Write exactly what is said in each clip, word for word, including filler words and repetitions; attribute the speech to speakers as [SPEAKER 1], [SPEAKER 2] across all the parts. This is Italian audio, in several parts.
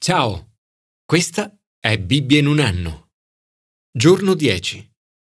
[SPEAKER 1] Ciao, questa è Bibbia in un anno. Giorno dieci.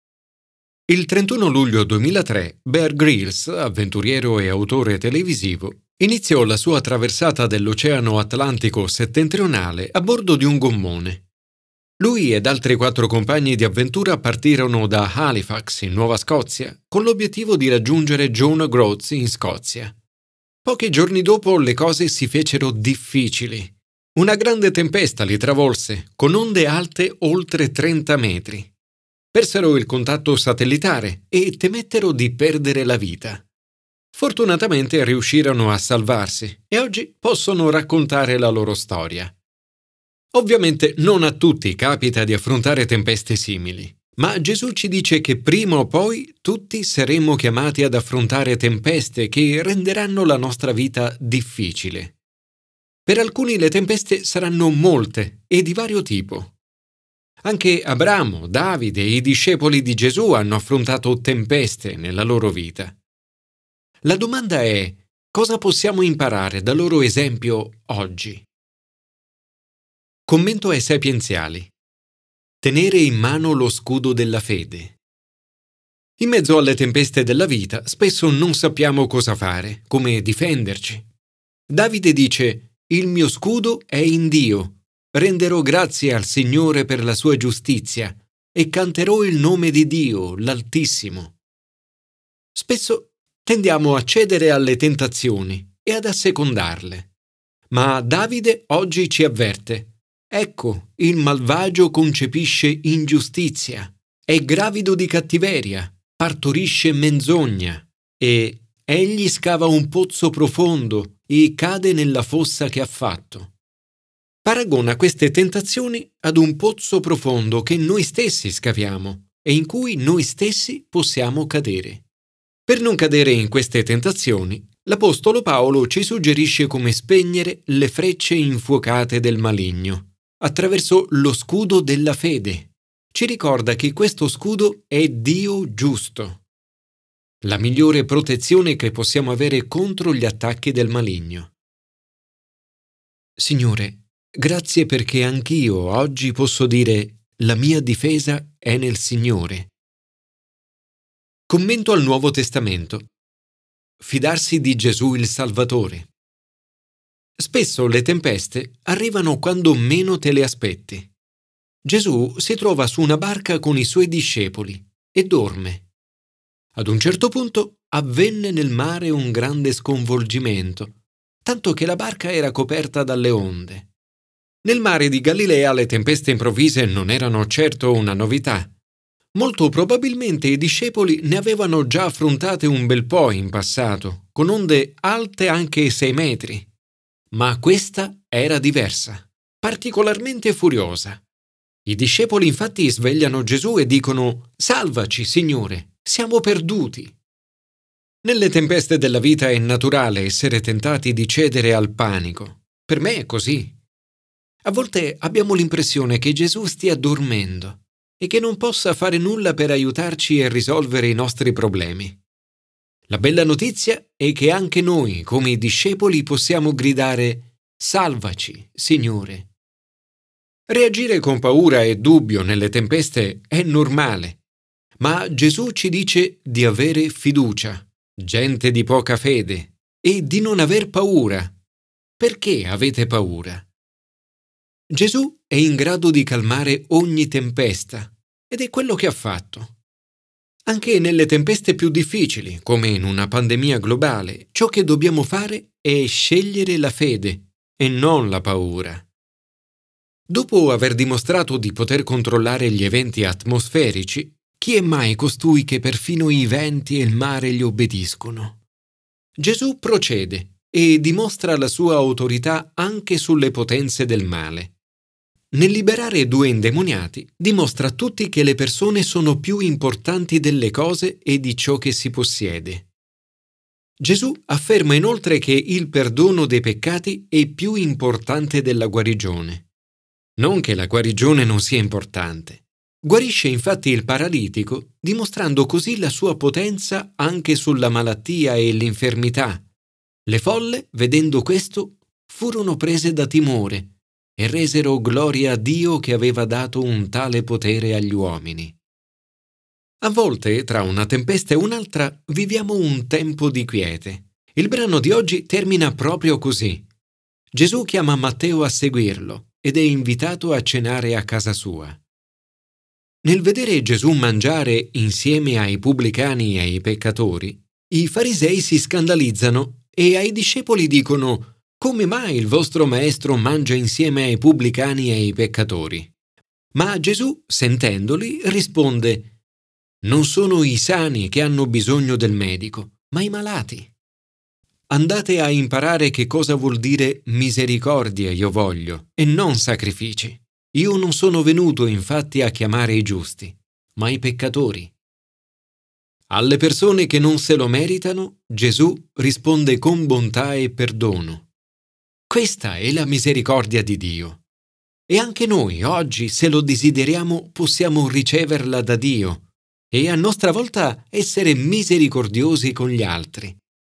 [SPEAKER 1] Il trentuno luglio duemilatré, Bear Grylls, avventuriero e autore televisivo, iniziò la sua traversata dell'Oceano Atlantico settentrionale a bordo di un gommone. Lui ed altri quattro compagni di avventura partirono da Halifax, in Nuova Scozia, con l'obiettivo di raggiungere John O'Groats in Scozia. Pochi giorni dopo le cose si fecero difficili. Una grande tempesta li travolse, con onde alte oltre trenta metri. Persero il contatto satellitare e temettero di perdere la vita. Fortunatamente riuscirono a salvarsi e oggi possono raccontare la loro storia. Ovviamente non a tutti capita di affrontare tempeste simili, ma Gesù ci dice che prima o poi tutti saremo chiamati ad affrontare tempeste che renderanno la nostra vita difficile. Per alcuni le tempeste saranno molte e di vario tipo. Anche Abramo, Davide e i discepoli di Gesù hanno affrontato tempeste nella loro vita. La domanda è: cosa possiamo imparare dal loro esempio oggi? Commento ai sapienziali. Tenere in mano lo scudo della fede. In mezzo alle tempeste della vita spesso non sappiamo cosa fare, come difenderci. Davide dice: «Il mio scudo è in Dio. Renderò grazie al Signore per la sua giustizia e canterò il nome di Dio, l'Altissimo». Spesso tendiamo a cedere alle tentazioni e ad assecondarle. Ma Davide oggi ci avverte: «Ecco, il malvagio concepisce ingiustizia, è gravido di cattiveria, partorisce menzogna e egli scava un pozzo profondo e cade nella fossa che ha fatto». Paragona queste tentazioni ad un pozzo profondo che noi stessi scaviamo e in cui noi stessi possiamo cadere. Per non cadere in queste tentazioni, l'Apostolo Paolo ci suggerisce come spegnere le frecce infuocate del maligno attraverso lo scudo della fede. Ci ricorda che questo scudo è Dio giusto, la migliore protezione che possiamo avere contro gli attacchi del maligno. Signore, grazie perché anch'io oggi posso dire: la mia difesa è nel Signore. Commento al Nuovo Testamento. Fidarsi di Gesù il Salvatore. Spesso le tempeste arrivano quando meno te le aspetti. Gesù si trova su una barca con i suoi discepoli e dorme. Ad un certo punto avvenne nel mare un grande sconvolgimento, tanto che la barca era coperta dalle onde. Nel mare di Galilea le tempeste improvvise non erano certo una novità. Molto probabilmente i discepoli ne avevano già affrontate un bel po' in passato, con onde alte anche sei metri. Ma questa era diversa, particolarmente furiosa. I discepoli infatti svegliano Gesù e dicono: «Salvaci, Signore, siamo perduti». Nelle tempeste della vita è naturale essere tentati di cedere al panico. Per me è così. A volte abbiamo l'impressione che Gesù stia dormendo e che non possa fare nulla per aiutarci a risolvere i nostri problemi. La bella notizia è che anche noi, come i discepoli, possiamo gridare: «Salvaci, Signore». Reagire con paura e dubbio nelle tempeste è normale, ma Gesù ci dice di avere fiducia, gente di poca fede, e di non aver paura. Perché avete paura? Gesù è in grado di calmare ogni tempesta, ed è quello che ha fatto. Anche nelle tempeste più difficili, come in una pandemia globale, ciò che dobbiamo fare è scegliere la fede e non la paura. Dopo aver dimostrato di poter controllare gli eventi atmosferici, chi è mai costui che perfino i venti e il mare gli obbediscono? Gesù procede e dimostra la sua autorità anche sulle potenze del male. Nel liberare due indemoniati, dimostra a tutti che le persone sono più importanti delle cose e di ciò che si possiede. Gesù afferma inoltre che il perdono dei peccati è più importante della guarigione. Non che la guarigione non sia importante. Guarisce infatti il paralitico, dimostrando così la sua potenza anche sulla malattia e l'infermità. Le folle, vedendo questo, furono prese da timore e resero gloria a Dio che aveva dato un tale potere agli uomini. A volte, tra una tempesta e un'altra, viviamo un tempo di quiete. Il brano di oggi termina proprio così. Gesù chiama Matteo a seguirlo ed è invitato a cenare a casa sua. Nel vedere Gesù mangiare insieme ai pubblicani e ai peccatori, i farisei si scandalizzano e ai discepoli dicono: «Come mai il vostro maestro mangia insieme ai pubblicani e ai peccatori?» Ma Gesù, sentendoli, risponde: «Non sono i sani che hanno bisogno del medico, ma i malati. Andate a imparare che cosa vuol dire misericordia io voglio, e non sacrifici. Io non sono venuto infatti a chiamare i giusti, ma i peccatori». Alle persone che non se lo meritano, Gesù risponde con bontà e perdono. Questa è la misericordia di Dio. E anche noi oggi, se lo desideriamo, possiamo riceverla da Dio e a nostra volta essere misericordiosi con gli altri.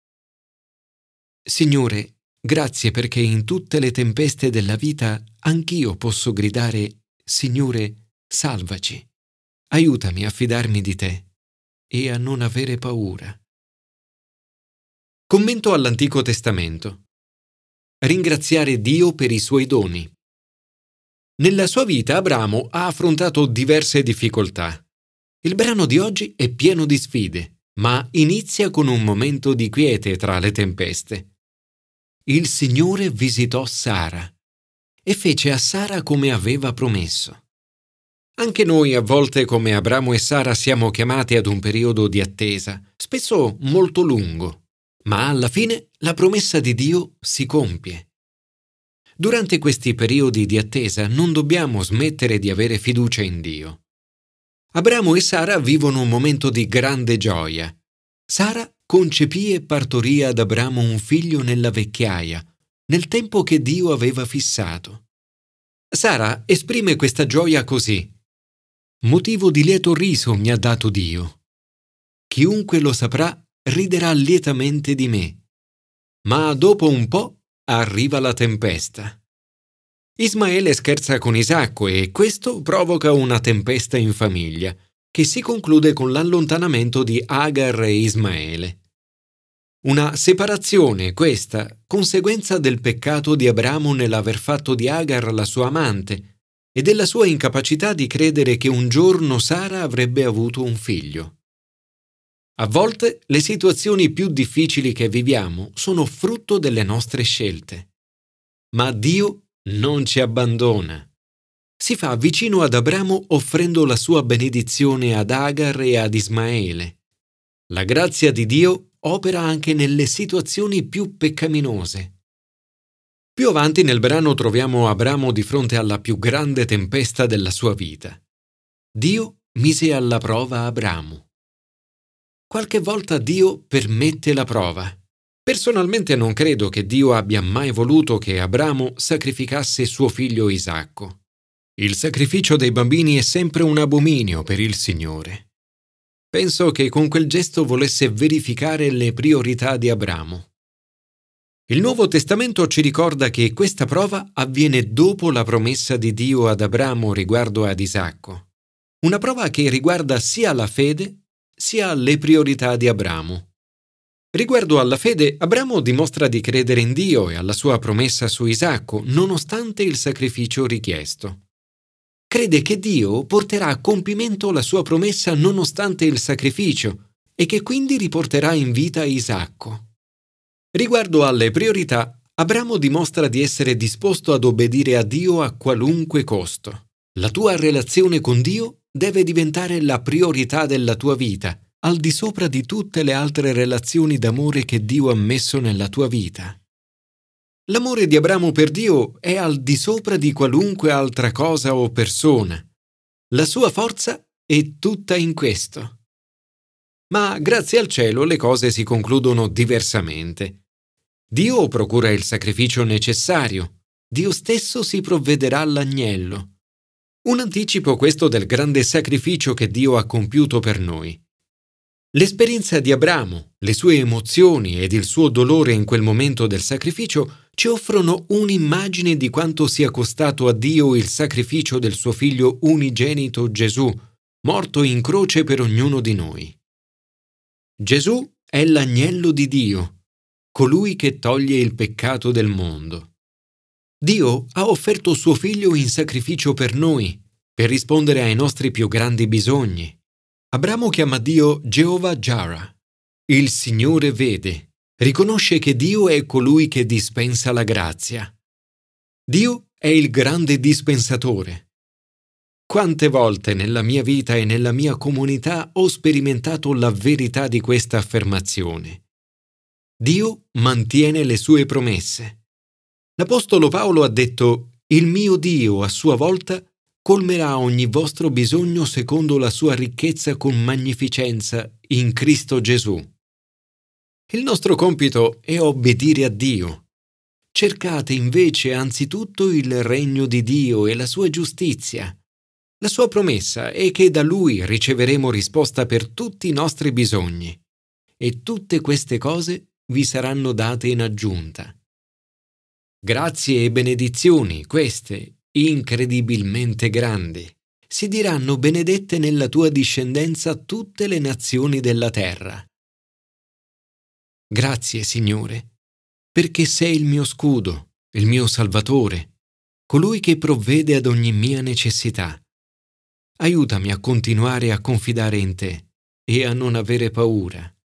[SPEAKER 1] Signore, grazie perché in tutte le tempeste della vita anch'io posso gridare: Signore, salvaci. Aiutami a fidarmi di te e a non avere paura. Commento all'Antico Testamento. Ringraziare Dio per i suoi doni. Nella sua vita Abramo ha affrontato diverse difficoltà. Il brano di oggi è pieno di sfide, ma inizia con un momento di quiete tra le tempeste. Il Signore visitò Sara e fece a Sara come aveva promesso. Anche noi a volte, come Abramo e Sara, siamo chiamati ad un periodo di attesa, spesso molto lungo, ma alla fine la promessa di Dio si compie. Durante questi periodi di attesa non dobbiamo smettere di avere fiducia in Dio. Abramo e Sara vivono un momento di grande gioia. Sara concepì e partorì ad Abramo un figlio nella vecchiaia, nel tempo che Dio aveva fissato. Sara esprime questa gioia così: «Motivo di lieto riso mi ha dato Dio. Chiunque lo saprà riderà lietamente di me». Ma dopo un po' arriva la tempesta. Ismaele scherza con Isacco e questo provoca una tempesta in famiglia, che si conclude con l'allontanamento di Agar e Ismaele. Una separazione, questa, conseguenza del peccato di Abramo nell'aver fatto di Agar la sua amante e della sua incapacità di credere che un giorno Sara avrebbe avuto un figlio. A volte le situazioni più difficili che viviamo sono frutto delle nostre scelte. Ma Dio non ci abbandona. Si fa vicino ad Abramo offrendo la sua benedizione ad Agar e ad Ismaele. La grazia di Dio opera anche nelle situazioni più peccaminose. Più avanti nel brano troviamo Abramo di fronte alla più grande tempesta della sua vita. Dio mise alla prova Abramo. Qualche volta Dio permette la prova. Personalmente non credo che Dio abbia mai voluto che Abramo sacrificasse suo figlio Isacco. Il sacrificio dei bambini è sempre un abominio per il Signore. Penso che con quel gesto volesse verificare le priorità di Abramo. Il Nuovo Testamento ci ricorda che questa prova avviene dopo la promessa di Dio ad Abramo riguardo ad Isacco. Una prova che riguarda sia la fede sia le priorità di Abramo. Riguardo alla fede, Abramo dimostra di credere in Dio e alla sua promessa su Isacco, nonostante il sacrificio richiesto. Crede che Dio porterà a compimento la sua promessa nonostante il sacrificio e che quindi riporterà in vita Isacco. Riguardo alle priorità, Abramo dimostra di essere disposto ad obbedire a Dio a qualunque costo. La tua relazione con Dio deve diventare la priorità della tua vita, al di sopra di tutte le altre relazioni d'amore che Dio ha messo nella tua vita. L'amore di Abramo per Dio è al di sopra di qualunque altra cosa o persona. La sua forza è tutta in questo. Ma grazie al cielo le cose si concludono diversamente. Dio procura il sacrificio necessario. Dio stesso si provvederà all'agnello. Un anticipo questo del grande sacrificio che Dio ha compiuto per noi. L'esperienza di Abramo, le sue emozioni ed il suo dolore in quel momento del sacrificio ci offrono un'immagine di quanto sia costato a Dio il sacrificio del suo figlio unigenito Gesù, morto in croce per ognuno di noi. Gesù è l'agnello di Dio, colui che toglie il peccato del mondo. Dio ha offerto suo figlio in sacrificio per noi, per rispondere ai nostri più grandi bisogni. Abramo chiama Dio Jehovah Jireh. Il Signore vede. Riconosce che Dio è colui che dispensa la grazia. Dio è il grande dispensatore. Quante volte nella mia vita e nella mia comunità ho sperimentato la verità di questa affermazione. Dio mantiene le sue promesse. L'Apostolo Paolo ha detto: «Il mio Dio, a sua volta, colmerà ogni vostro bisogno secondo la sua ricchezza con magnificenza in Cristo Gesù». Il nostro compito è obbedire a Dio. Cercate invece anzitutto il regno di Dio e la sua giustizia. La sua promessa è che da Lui riceveremo risposta per tutti i nostri bisogni, e tutte queste cose vi saranno date in aggiunta. Grazie e benedizioni, queste, incredibilmente grandi, si diranno benedette nella tua discendenza tutte le nazioni della terra. Grazie, Signore, perché sei il mio scudo, il mio Salvatore, colui che provvede ad ogni mia necessità. Aiutami a continuare a confidare in te e a non avere paura.